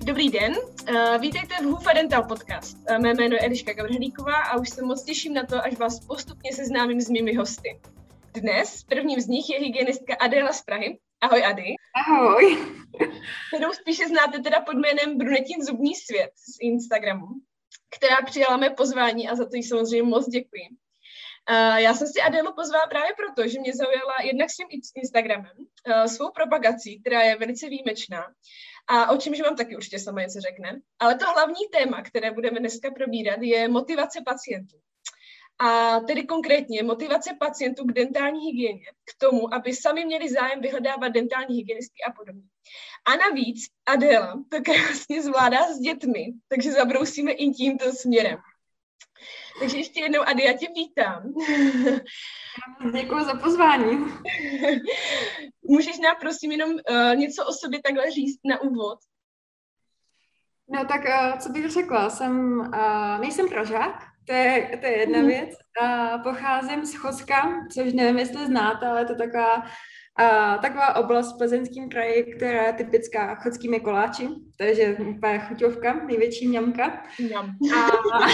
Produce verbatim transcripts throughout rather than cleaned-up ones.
Dobrý den, uh, vítejte v Hufa Dental Podcast. Uh, mé jméno je Eliška Gavrhelíková a už se moc těším na to, až vás postupně seznámím s mými hosty. Dnes prvním z nich je hygienistka Adéla z Prahy. Ahoj Ady. Ahoj. Kterou spíše znáte teda pod jménem Brunetin zubní svět z Instagramu, která přijala mé pozvání a za to jí samozřejmě moc děkuji. Uh, já jsem si Adélu pozvala právě proto, že mě zaujala jednak svým Instagramem, uh, svou propagací, která je velice výjimečná, a o čemž vám taky určitě sama něco řekne. Ale to hlavní téma, které budeme dneska probírat, je motivace pacientů. A tedy konkrétně motivace pacientů k dentální hygieně, k tomu, aby sami měli zájem vyhledávat dentální hygienistky a podobně. A navíc Adéla to krásně zvládá s dětmi, takže zabrousíme i tímto směrem. Takže ještě jednou, Ady, já tě vítám. Děkuji za pozvání. Můžeš nám prosím jenom uh, něco o sobě takhle říct na úvod? No tak, uh, co bych řekla, jsem, uh, nejsem Pražák, to je, to je jedna mm. věc. Uh, pocházím z Chodzka, což nevím, jestli znáte, ale je to taková, uh, taková oblast v Plzeňském kraji, která je typická chodskými koláči, takže úplně chuťovka, největší mňamka. Mňam. A,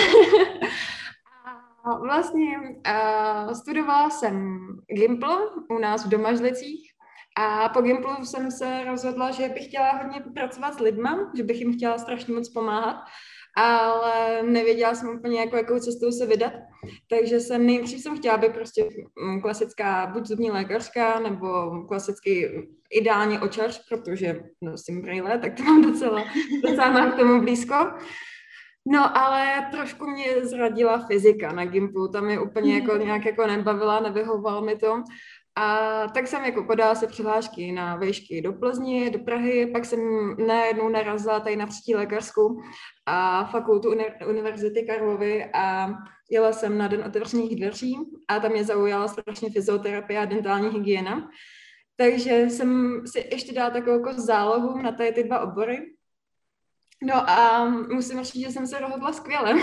a vlastně uh, studovala jsem Gimpl u nás v Domažlicích a po Gimplu jsem se rozhodla, že bych chtěla hodně pracovat s lidma, že bych jim chtěla strašně moc pomáhat, ale nevěděla jsem úplně, jako, jakou cestou se vydat, takže jsem nejdřív jsem chtěla být prostě klasická buď zubní lékařka, nebo klasický ideální očař, protože nosím brýle, tak to mám docela, docela mám k tomu blízko. No, ale trošku mě zradila fyzika na Gimplu, tam je úplně jako nějak jako nebavila, nevyhovovala mi to. A tak jsem jako podala se přihlášky na vejšky do Plzně, do Prahy, pak jsem najednou narazila tady na třetí lékařskou a fakultu Univerzity Karlovy a jela jsem na den otevřených dveří a tam mě zaujala strašně fyzioterapie a dentální hygiena. Takže jsem si ještě dala takovou jako zálohu na tady ty dva obory. No a musím říct, že jsem se rozhodla skvěle.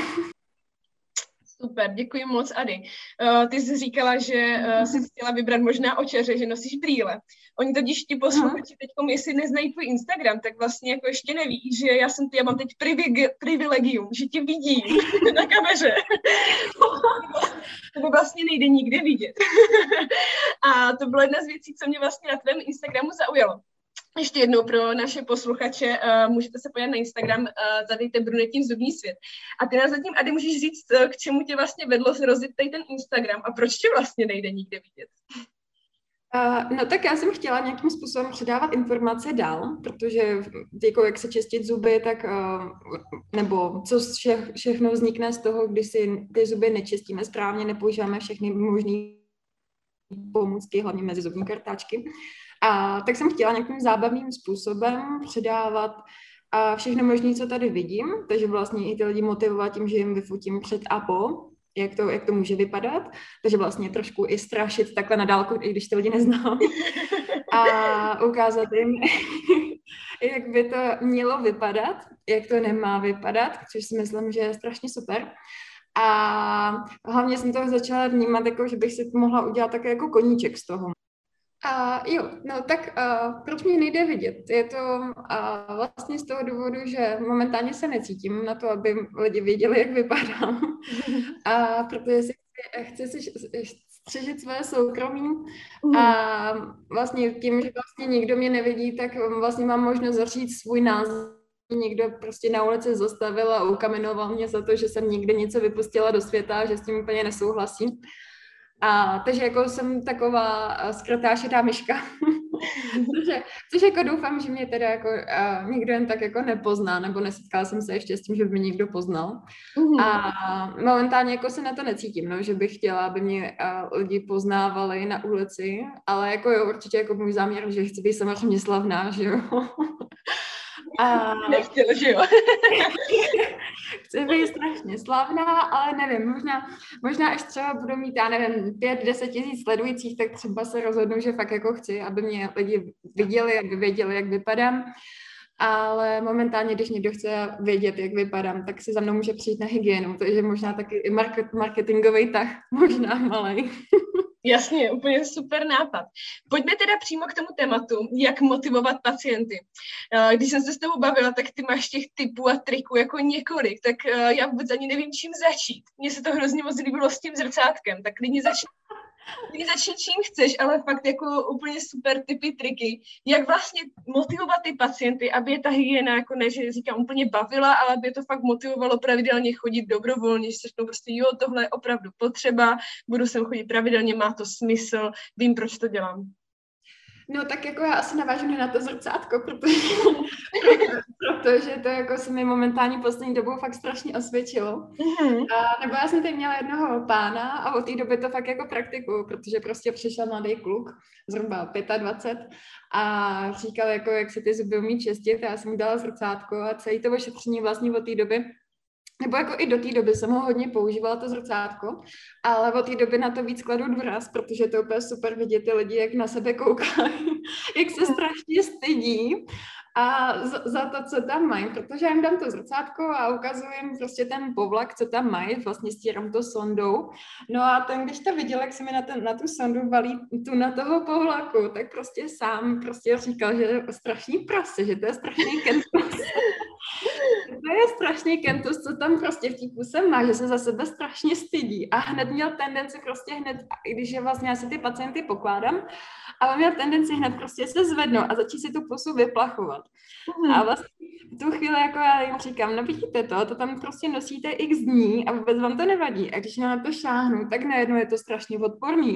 Super, děkuji moc, Ady. Uh, ty jsi říkala, že uh, jsi chtěla vybrat možná očaře, že nosíš brýle. Oni totiž ti posluchači teď, jestli neznají tvůj Instagram, tak vlastně jako ještě neví, že já jsem já mám teď privig, privilegium, že tě vidím na kameře. To by vlastně nejde nikde vidět. A to byla jedna z věcí, co mě vlastně na tvém Instagramu zaujalo. Ještě jednou pro naše posluchače, uh, můžete se podívat na Instagram, uh, zadejte Brunetin zubní svět. A ty nás zatím, Ady, můžeš říct, uh, k čemu tě vlastně vedlo se rozjet tady ten Instagram a proč tě vlastně nejde nikde vidět? Uh, no tak já jsem chtěla nějakým způsobem předávat informace dál, protože jako jak se čistit zuby, tak uh, nebo co vše, všechno vznikne z toho, když si ty zuby nečistíme správně, nepoužíváme všechny možné pomůcky, hlavně mezizubní kartáčky. A tak jsem chtěla nějakým zábavným způsobem předávat a všechno možné, co tady vidím, takže vlastně i ty lidi motivovat tím, že jim vyfotím před a po, jak to, jak to může vypadat, takže vlastně trošku i strašit takhle na dálku, i když ty lidi neznám. A ukázat jim, jak by to mělo vypadat, jak to nemá vypadat, což si myslím, že je strašně super. A hlavně jsem toho začala vnímat, jako, že bych si mohla udělat také jako koníček z toho. A jo, no tak uh, proč mě nejde vidět? Je to uh, vlastně z toho důvodu, že momentálně se necítím na to, aby lidi věděli, jak vypadám. A protože si chci, chci si střežit své soukromí a vlastně tím, že vlastně nikdo mě nevidí, tak vlastně mám možnost říct svůj názor. Někdo prostě na ulici zastavil a ukamenoval mě za to, že jsem někde něco vypustila do světa, že s tím úplně nesouhlasí. A takže jako jsem taková skrytá šedá myška. což, což jako doufám, že mě teda jako uh, nikdo jen tak jako nepozná, nebo nesetkala jsem se ještě s tím, že by mě někdo poznal. Uh-huh. A momentálně jako se na to necítím, no, že bych chtěla, aby mě uh, lidi poznávali na ulici, ale jako jo, určitě jako můj záměr, že chci být samozřejmě slavná, že jo. A... Nechtěl, že jo? Chci být strašně slavná, ale nevím, možná, možná až třeba budu mít, já nevím, pět, deset tisíc sledujících, tak třeba se rozhodnu, že fakt jako chci, aby mě lidi viděli, aby věděli, jak vypadám. Ale momentálně, když někdo chce vědět, jak vypadám, tak si za mnou může přijít na hygienu, takže možná taky i market, marketingový tah, možná malej. Jasně, úplně super nápad. Pojďme teda přímo k tomu tématu, jak motivovat pacienty. Když jsem se s tebou bavila, tak ty máš těch typů a triků jako několik, tak já vůbec ani nevím, čím začít. Mně se to hrozně moc líbilo s tím zrcátkem, tak klidně začni. Když začni čím chceš, ale fakt jako úplně super typy, triky, jak vlastně motivovat ty pacienty, aby je ta hygiena, jako ne, že říkám, úplně bavila, ale aby je to fakt motivovalo pravidelně chodit dobrovolně, že se řeknou prostě, jo, tohle je opravdu potřeba, budu sem chodit pravidelně, má to smysl, vím, proč to dělám. No tak jako já asi navážu na to zrcátko, protože, protože to jako se mi momentálně poslední dobou fakt strašně osvědčilo. Mm-hmm. A, nebo já jsem tady měla jednoho pána a od té doby to fakt jako praktikuju, protože prostě přišel mladý kluk, zhruba dvacet pět, a říkal jako, jak se ty zuby umí čistit, a já jsem mu dala zrcátko a celý to ošetření vlastně od té doby, nebo jako i do té doby jsem ho hodně používala, to zrcátko, ale od té doby na to víc kladu důraz, protože to je úplně super vidět ty lidi, jak na sebe koukají, jak se strašně stydí a za, za to, co tam mají, protože já jim dám to zrcátko a ukazuji jim prostě ten povlak, co tam mají, vlastně stírám to sondou. No a ten, když to viděl, jak se mi na, ten, na tu sondu valí tu na toho povlaku, tak prostě sám prostě říkal, že je strašný prase, že to je strašný kentus. To je strašný kentus, co tam prostě v tí puse má, že se za sebe strašně stydí a hned měl tendenci prostě hned, i když je vlastně já si ty pacienty pokládám, ale měl tendenci hned prostě se zvednout a začít si tu pusu vyplachovat. Mm. A vlastně v tu chvíli jako já jim říkám, no vidíte to, to tam prostě nosíte x dní a vůbec vám to nevadí. A když na to šáhnu, tak najednou je to strašně odporný.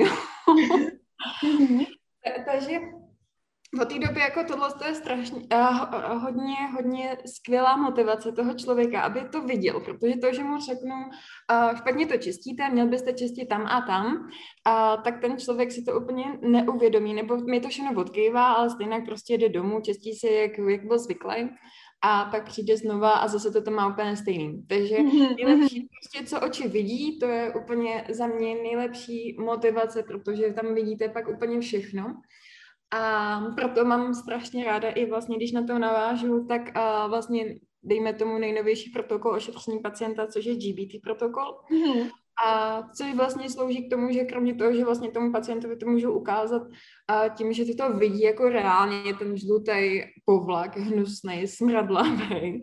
Mm. Takže od té doby jako tohle to je strašně uh, hodně, hodně skvělá motivace toho člověka, aby to viděl, protože to, že mu řeknu, uh, špatně to čistíte, měl byste čistit tam a tam, uh, tak ten člověk si to úplně neuvědomí, nebo mi to všechno odkývá, ale stejně prostě jde domů, čistí si, jak, jak byl zvyklý. A pak přijde znova a zase to tam má úplně stejný. Takže nejlepší prostě, co oči vidí, to je úplně za mě nejlepší motivace, protože tam vidíte pak úplně všechno. A proto mám strašně ráda i vlastně, když na to navážu, tak uh, vlastně dejme tomu nejnovější protokol ošetření pacienta, což je G B T protokol. Mm-hmm. A což vlastně slouží k tomu, že kromě toho, že vlastně tomu pacientovi to můžu ukázat a tím, že ty to vidí jako reálně, je ten žlutý povlak, hnusnej, smradlavý.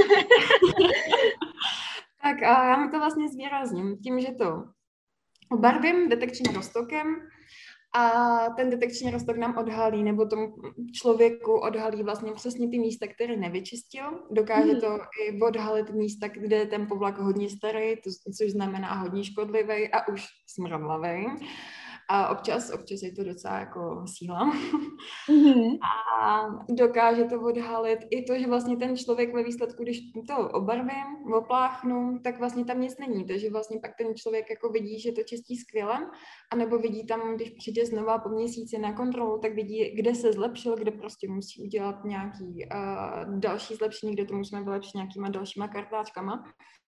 Tak a já mu to vlastně zvýrazním tím, že to obarvím detekčním roztokem, a ten detekční roztok nám odhalí, nebo tomu člověku odhalí vlastně přesně ty místa, které nevyčistil. Dokáže to i odhalit místa, kde je ten povlak hodně starý, to, což znamená hodně škodlivý a už smradlavý. A občas, občas je to docela jako síla. Mm-hmm. A dokáže to odhalit i to, že vlastně ten člověk ve výsledku, když to obarvím, opláchnu, tak vlastně tam nic není. Takže vlastně pak ten člověk jako vidí, že to čistí skvěle, anebo vidí tam, když přijde znova po měsíci na kontrolu, tak vidí, kde se zlepšil, kde prostě musí udělat nějaký uh, další zlepšení, kde to musíme vylepšit nějakýma dalšíma kartáčkama.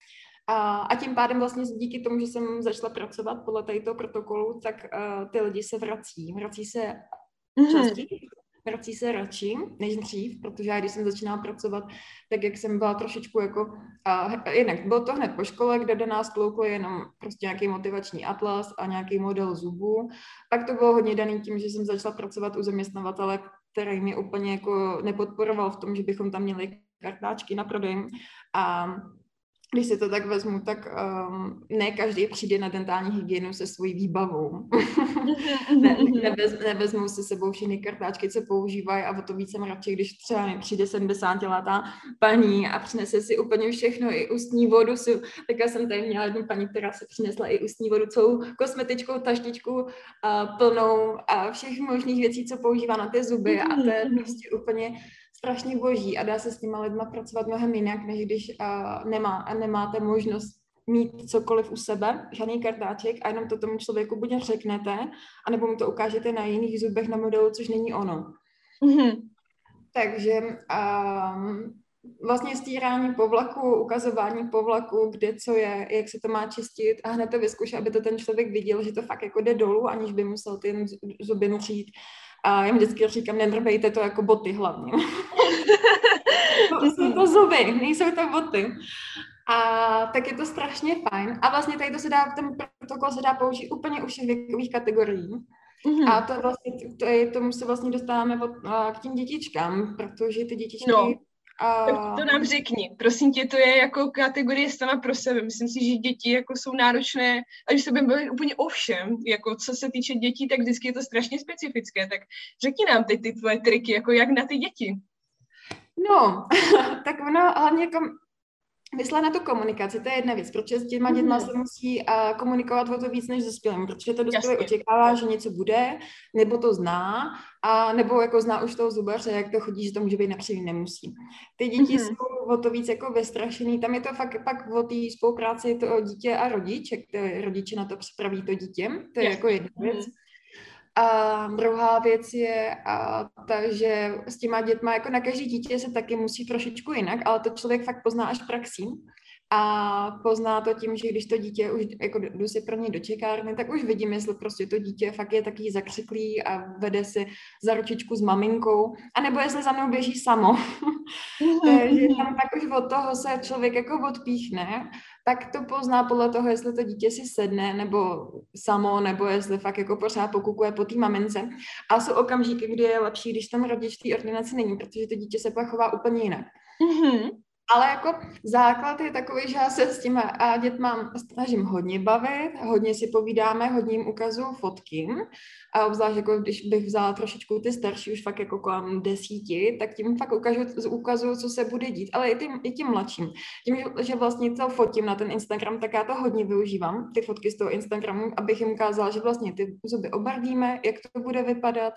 A, a tím pádem vlastně díky tomu, že jsem začala pracovat podle této protokolu, tak uh, ty lidi se vrací. Vrací se častěji, vrací se radši než dřív, protože já když jsem začínala pracovat, tak jak jsem byla trošičku jako, uh, jinak bylo to hned po škole, kde do nás klouklo jenom prostě nějaký motivační atlas a nějaký model zubů. Pak to bylo hodně daný tím, že jsem začala pracovat u zaměstnavatele, který mě úplně jako nepodporoval v tom, že bychom tam měli kartáčky na prodej. A když si to tak vezmu, tak um, ne každý přijde na dentální hygienu se svojí výbavou. ne, nevez, nevezmou si sebou všechny kartáčky, co používají, a o to víc jsem radši, když třeba přijde sedmdesátiletá paní a přinese si úplně všechno, i ústní vodu. Si, tak já jsem tady měla jednu paní, která se přinesla i ústní vodu, celou kosmetickou taštičku uh, plnou a všech možných věcí, co používá na ty zuby, a to je prostě úplně strašně boží a dá se s těma lidma pracovat mnohem jinak, než když uh, nemá, a nemáte možnost mít cokoliv u sebe, žádný kartáček, a jenom to tomu člověku buď řeknete, anebo mu to ukážete na jiných zubech na modelu, což není ono. Mm-hmm. Takže um, vlastně stírání povlaku, ukazování povlaku, kde co je, jak se to má čistit, a hned to vyzkoušet, aby to ten člověk viděl, že to fakt jako jde dolů, aniž by musel ty zuby mřít. A já mi vždycky říkám, nedrvejte to jako boty hlavně. To jsou to zuby, nejsou to boty. A tak je to strašně fajn. A vlastně tady to se dá, ten protokol se dá použít úplně u všech věkových kategorií. Mm-hmm. A to vlastně, to je, tomu se vlastně dostáváme od, a, k těm dětičkám, protože ty dětičky... No, a... tak to nám řekni. Prosím tě, to je jako kategorie sama pro sebe. Myslím si, že děti jako jsou náročné, a když se budeme bavit úplně o všem, jako co se týče dětí, tak vždycky je to strašně specifické. Tak řekni nám teď ty tvoje triky, jako jak na ty děti. No, tak ono hlavně jako myslet na tu komunikaci, to je jedna věc, protože s těma dětma se musí uh, komunikovat o to víc než s dospělým, protože to dospělý očekává, že něco bude, nebo to zná, a nebo jako zná už toho zubaře, jak to chodí, že to může být například nemusí. Ty děti mm-hmm. jsou o to víc jako vystrašený, tam je to fakt pak o té spolupráci to dítě a rodič, jak to rodiče na to připraví to dítě, to je yes. jako jedna věc. Mm-hmm. A druhá věc je, a ta, že s těma dětma, jako na každé dítě se taky musí trošičku jinak, ale to člověk fakt pozná až praxí. A pozná to tím, že když to dítě už, jako jdu si pro něj do čekárny, tak už vidím, jestli prostě to dítě fakt je takový zakřiklý a vede si za ručičku s maminkou, anebo jestli za mnou běží samo. Takže tam tak už od toho se člověk jako odpíchne, tak to pozná podle toho, jestli to dítě si sedne, nebo samo, nebo jestli fakt jako pořád pokukuje po té mamince. A jsou okamžiky, kdy je lepší, když tam rodič v té ordinaci není, protože to dítě se pak chová úplně jinak. Mm-hmm. Ale jako základ je takový, že já se s těma dětma snažím hodně bavit, hodně si povídáme, hodně jim ukazuju fotky. A obzvlášť jako když bych vzala trošičku ty starší, už fakt jako kolem desíti, tak tím fakt ukazuju, ukazuju co se bude dít, ale i tím, i tím mladším. Tím, že vlastně to fotím na ten Instagram, tak já to hodně využívám, ty fotky z toho Instagramu, abych jim ukázala, že vlastně ty zuby obarvíme, jak to bude vypadat.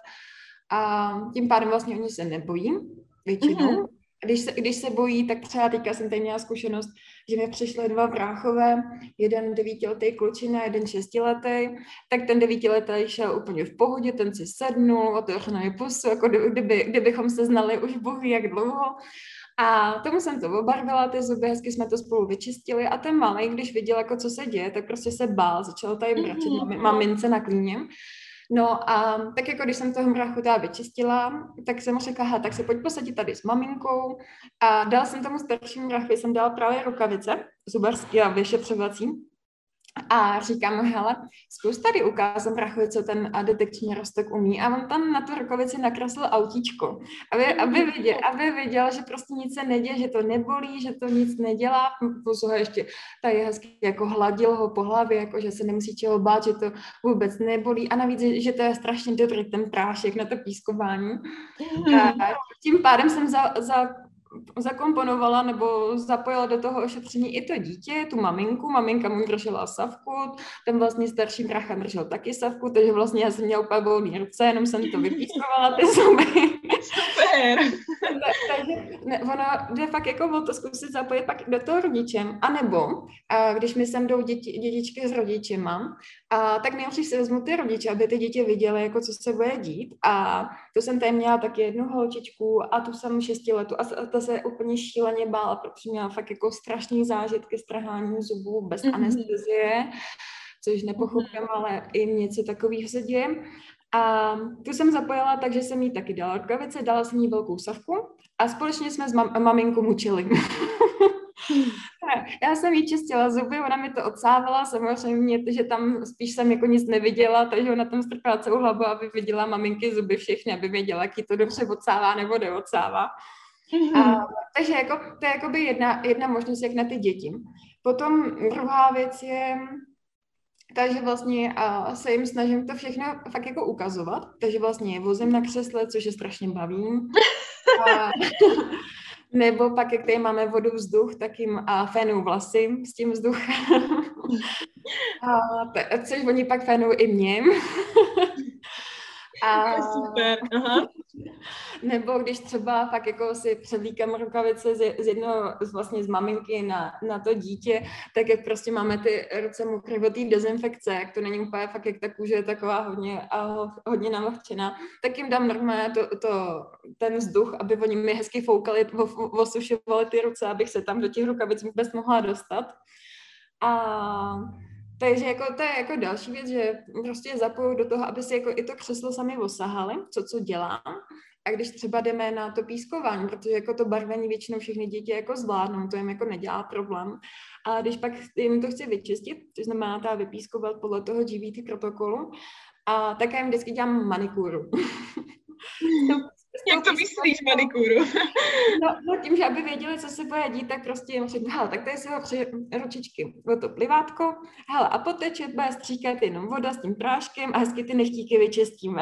A tím pádem vlastně oni se nebojí většinou. Mm-hmm. Když se, když se bojí, tak třeba teďka jsem tady měla zkušenost, že mi přišly dva bráchové, jeden devítiletý klučina, jeden šestiletý, tak ten devítiletý šel úplně v pohodě, ten si sednul, otevřenou je pusu, jako kdyby, kdybychom se znali už bůh jak dlouho. A tomu jsem to obarvila, ty zuby, hezky jsme to spolu vyčistili a ten malej, když viděl, jako co se děje, tak prostě se bál, začal tady brečet mm-hmm. mamince na klíně. No a tak jako když jsem toho bráchu teda vyčistila, tak jsem mu řekla, aha, tak se pojď posadit tady s maminkou a dala jsem tomu staršímu bráchovi, jsem dala právě rukavice, zubarský a vyšetřovací. A říkám, hele, zkus tady ukázat bráchovi, co ten detekční rostok umí. A on tam na tu rukavici nakreslil autíčko, aby, aby, viděl, aby viděl, že prostě nic se neděje, že to nebolí, že to nic nedělá. Plus ho ještě tady hezky jako hladil ho po hlavě, jako že se nemusí čeho bát, že to vůbec nebolí. A navíc, že to je strašně dobrý ten prášek na to pískování. A tím pádem jsem za... za zakomponovala nebo zapojila do toho ošetření i to dítě, tu maminku. Maminka mu držela savku, ten vlastně starší brácha držel taky savku, takže vlastně já jsem měla úplně volný ruce, jenom jsem to vypískovala ty zuby. Super! Takže ne, ono jde fakt jako o to zkusit zapojit pak do toho rodičem, anebo a když mi sem jdou děti, dětičky s rodičema, a tak nejdřív si vezmu ty rodiče, aby ty děti viděly, jako co se bude dít. A to jsem tady měla taky jednu holčičku a tu jsem šestiletu a ta se úplně šíleně bála, protože měla fakt jako strašný zážitky s trháním zubů bez mm-hmm. anestezie, což nepochopím, mm-hmm. ale i něco takového se děje. A tu jsem zapojila, takže jsem jí taky dala rukavice, dala jsem jí velkou savku a společně jsme s mam- maminkou mučili. Já jsem jí čistila zuby, ona mi to odsávala, samozřejmě, že tam spíš jsem jako nic neviděla, takže ona tam strkala celou hlavu, aby viděla maminky zuby všechny, aby věděla, jak jí to dobře odsává nebo neodsává. Mm-hmm. A, takže jako, to je jakoby jedna, jedna možnost, jak na ty děti. Potom druhá věc je, takže vlastně a se jim snažím to všechno fakt jako ukazovat, takže vlastně vozím na křesle, což je strašně baví. A, nebo pak, jak tady máme vodu, vzduch, tak jim a fénu vlasy s tím vzduchem. A, t- což oni pak fénou i mě. A... Super, aha. Nebo když třeba fakt jako si převlíkám rukavice z, z jednoho, vlastně z maminky na, na to dítě, tak jak prostě máme ty ruce mokré od té dezinfekce, jak to není úplně fakt, jak ta kůže je taková hodně, a hodně navlhčená, tak jim dám normálně to, to, ten vzduch, aby oni mi hezky foukali, osušovali ty ruce, abych se tam do těch rukavic vůbec mohla dostat. A takže jako, to je jako další věc, že prostě zapoju do toho, aby si jako i to křeslo sami osahali, co co dělá. a když třeba jdeme na to pískování, protože jako to barvení většinou všechny děti jako zvládnou, to jim jako nedělá problém. A když pak jim to chci vyčistit, to znamená ta vypískovat podle toho G B T protokolu, a tak já jim vždycky dělám manikúru. Jak to myslíš, manikúru? No, no tím, že aby věděli, co se bude dít, tak prostě jim řeknu, hele, tak tady si ho při ručičky o to plivátko, hele, a potečet bude stříkat jenom voda s tím práškem a hezky ty nechtíky vyčistíme.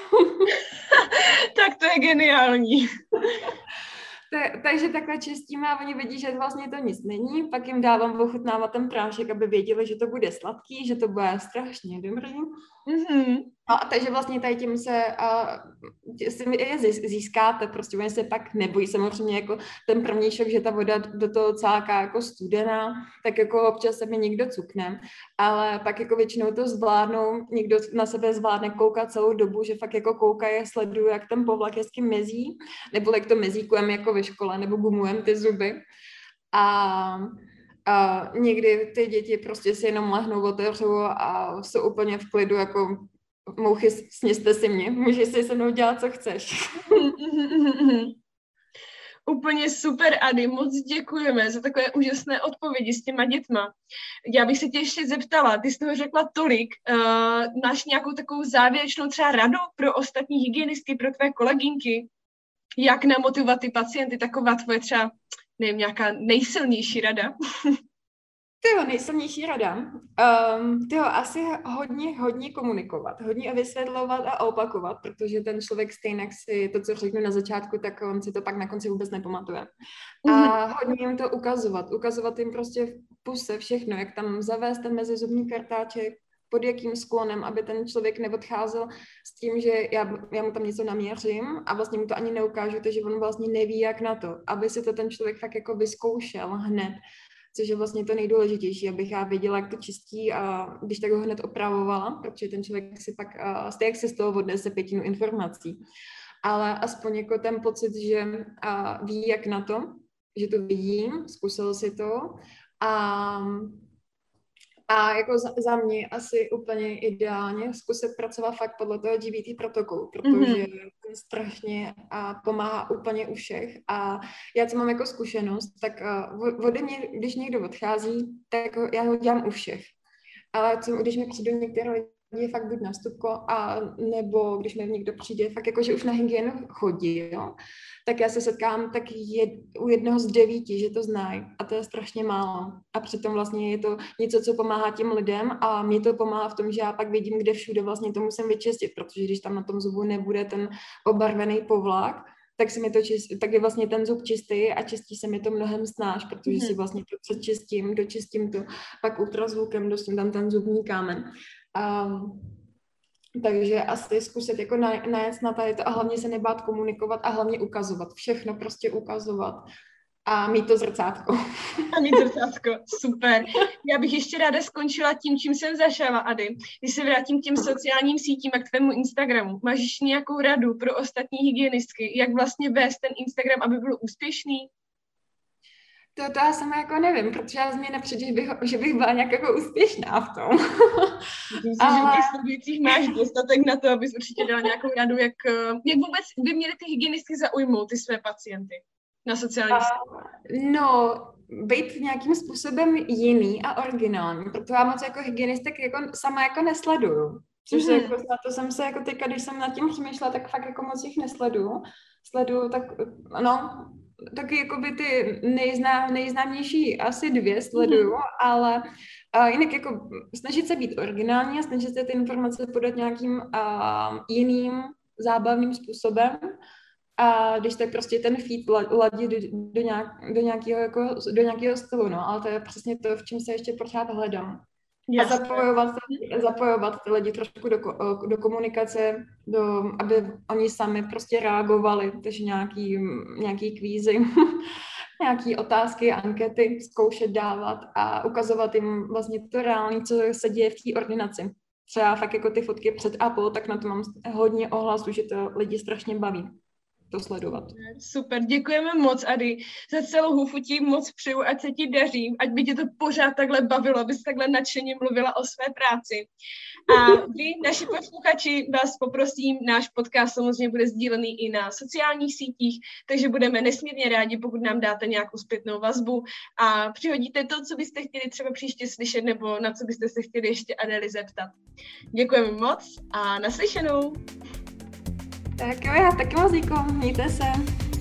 Tak to je geniální. Ta, takže takhle čistíme a oni vidí, že vlastně to nic není, pak jim dávám ochutnávat ten prášek, aby věděli, že to bude sladký, že to bude strašně dobrý. Mm-hmm. No a takže vlastně tady tím se uh, si je získáte, prostě oni se pak nebojí, samozřejmě jako ten první šok, že ta voda do toho cáká jako studená, tak jako občas se mi někdo cukne, ale pak jako většinou to zvládnou, někdo na sebe zvládne koukat celou dobu, že fakt jako koukají, sledují, jak ten povlak hezky mezí, nebo jak to mezíkujeme jako ve škole, nebo gumujeme ty zuby. A a někdy ty děti prostě si jenom lehnou, otevřou a jsou úplně v klidu, jako mouchy, sněste si mě, můžeš si se mnou dělat, co chceš. Úplně super, Ady, moc děkujeme za takové úžasné odpovědi s těma dětma. Já bych se tě ještě zeptala, ty jsi toho řekla tolik, uh, máš nějakou takovou závěrečnou třeba radu pro ostatní hygienistky, pro tvé kolegynky, jak namotivovat ty pacienty, taková tvoje třeba, nevím, nějaká nejsilnější rada? Tyjo, nejsilnější rada. Um, tyjo, asi hodně, hodně komunikovat, hodně vysvětlovat a opakovat, protože ten člověk stejně si to, co řeknu na začátku, tak on si to pak na konci vůbec nepamatuje. A hodně jim to ukazovat, ukazovat jim prostě v puse všechno, jak tam zavést ten mezizubní kartáček, pod jakým sklonem, aby ten člověk neodcházel s tím, že já, já mu tam něco naměřím a vlastně mu to ani neukážu, takže on vlastně neví, jak na to, aby si to ten člověk fakt jako vyzkoušel hned, což je vlastně to nejdůležitější, abych já věděla, jak to čistí a když tak ho hned opravovala, protože ten člověk si pak, stejně jak se z toho odnese pětinu informací, ale aspoň jako ten pocit, že ví, jak na to, že to vidím, zkusil si to a A jako za, za mě asi úplně ideálně zkusit pracovat fakt podle toho G B T protokolu, protože mm-hmm. to strašně a pomáhá úplně u všech. A já, co mám jako zkušenost, tak uh, ode mě, když někdo odchází, tak ho, já ho dělám u všech. Ale co, když mi přijdou některé lidi fakt buď na vstupko, a nebo když mi někdo přijde, fakt jako, že už na hygienu chodí, jo, tak já se setkám tak jed, u jednoho z devíti, že to znají a to je strašně málo. A přitom vlastně je to něco, co pomáhá těm lidem a mě to pomáhá v tom, že já pak vidím, kde všude vlastně to musím vyčistit, protože když tam na tom zubu nebude ten obarvený povlak, tak, se mi to čist, tak je vlastně ten zub čistý a čistí se mi to mnohem snáš, protože mm. si vlastně to předčistím, dočistím to, pak ultrazvukem dostanu tam ten zubní kámen. Um, takže asi zkusit jako najet na tady to a hlavně se nebát komunikovat a hlavně ukazovat. Všechno prostě ukazovat a mít to zrcátko. A mít zrcátko, super. Já bych ještě ráda skončila tím, čím jsem začala, Ady. Když se vrátím k těm sociálním sítím a k tvému Instagramu, máš ještě nějakou radu pro ostatní hygienistky, jak vlastně vést ten Instagram, aby byl úspěšný? To, to já sama jako nevím, protože já z mě nepřijde, že bych, že bych byla nějak jako úspěšná v tom. Myslím si, ale... že těch sledujících máš dostatek na to, abys určitě dala nějakou radu, jak, jak vůbec by měly ty hygienistky zaujmout ty své pacienty na sociálních sítích. No, být nějakým způsobem jiný a originální, protože já moc jako hygienistek jako sama jako nesleduju. Což mm-hmm. se jako, na to jsem se jako teďka, když jsem nad tím přemýšlela, tak fakt jako moc jich nesleduju. Sleduju tak, no, taky jakoby ty nejznám, nejznámější asi dvě sleduju, mm-hmm. ale uh, jinak jako snažit se být originální a snažit se ty informace podat nějakým uh, jiným zábavným způsobem. A když tak prostě ten feed ladí do, do, nějak, do, nějakého, jako, do nějakého stylu, no, ale to je přesně to, v čem se ještě pořád hledám. Yes. A zapojovat, zapojovat ty lidi trošku do, do komunikace, do, aby oni sami prostě reagovali, takže nějaký, nějaký kvízy, nějaký otázky, ankety zkoušet dávat a ukazovat jim vlastně to reálné, co se děje v té ordinaci. Třeba fakt jako ty fotky před a po, tak na to mám hodně ohlasu, že to lidi strašně baví. to sledovat. Super, děkujeme moc, Ady. Za celou hufu ti moc přeju, ať se ti daří, ať by tě to pořád takhle bavilo, abys takhle nadšeně mluvila o své práci. A vy, naši posluchači, vás poprosím, náš podcast samozřejmě bude sdílený i na sociálních sítích, takže budeme nesmírně rádi, pokud nám dáte nějakou zpětnou vazbu a přihodíte to, co byste chtěli třeba příště slyšet, nebo na co byste se chtěli ještě Adély zeptat. Děkujeme moc a naslyšenou. Tak jo, já taky moc děkuji, mějte se.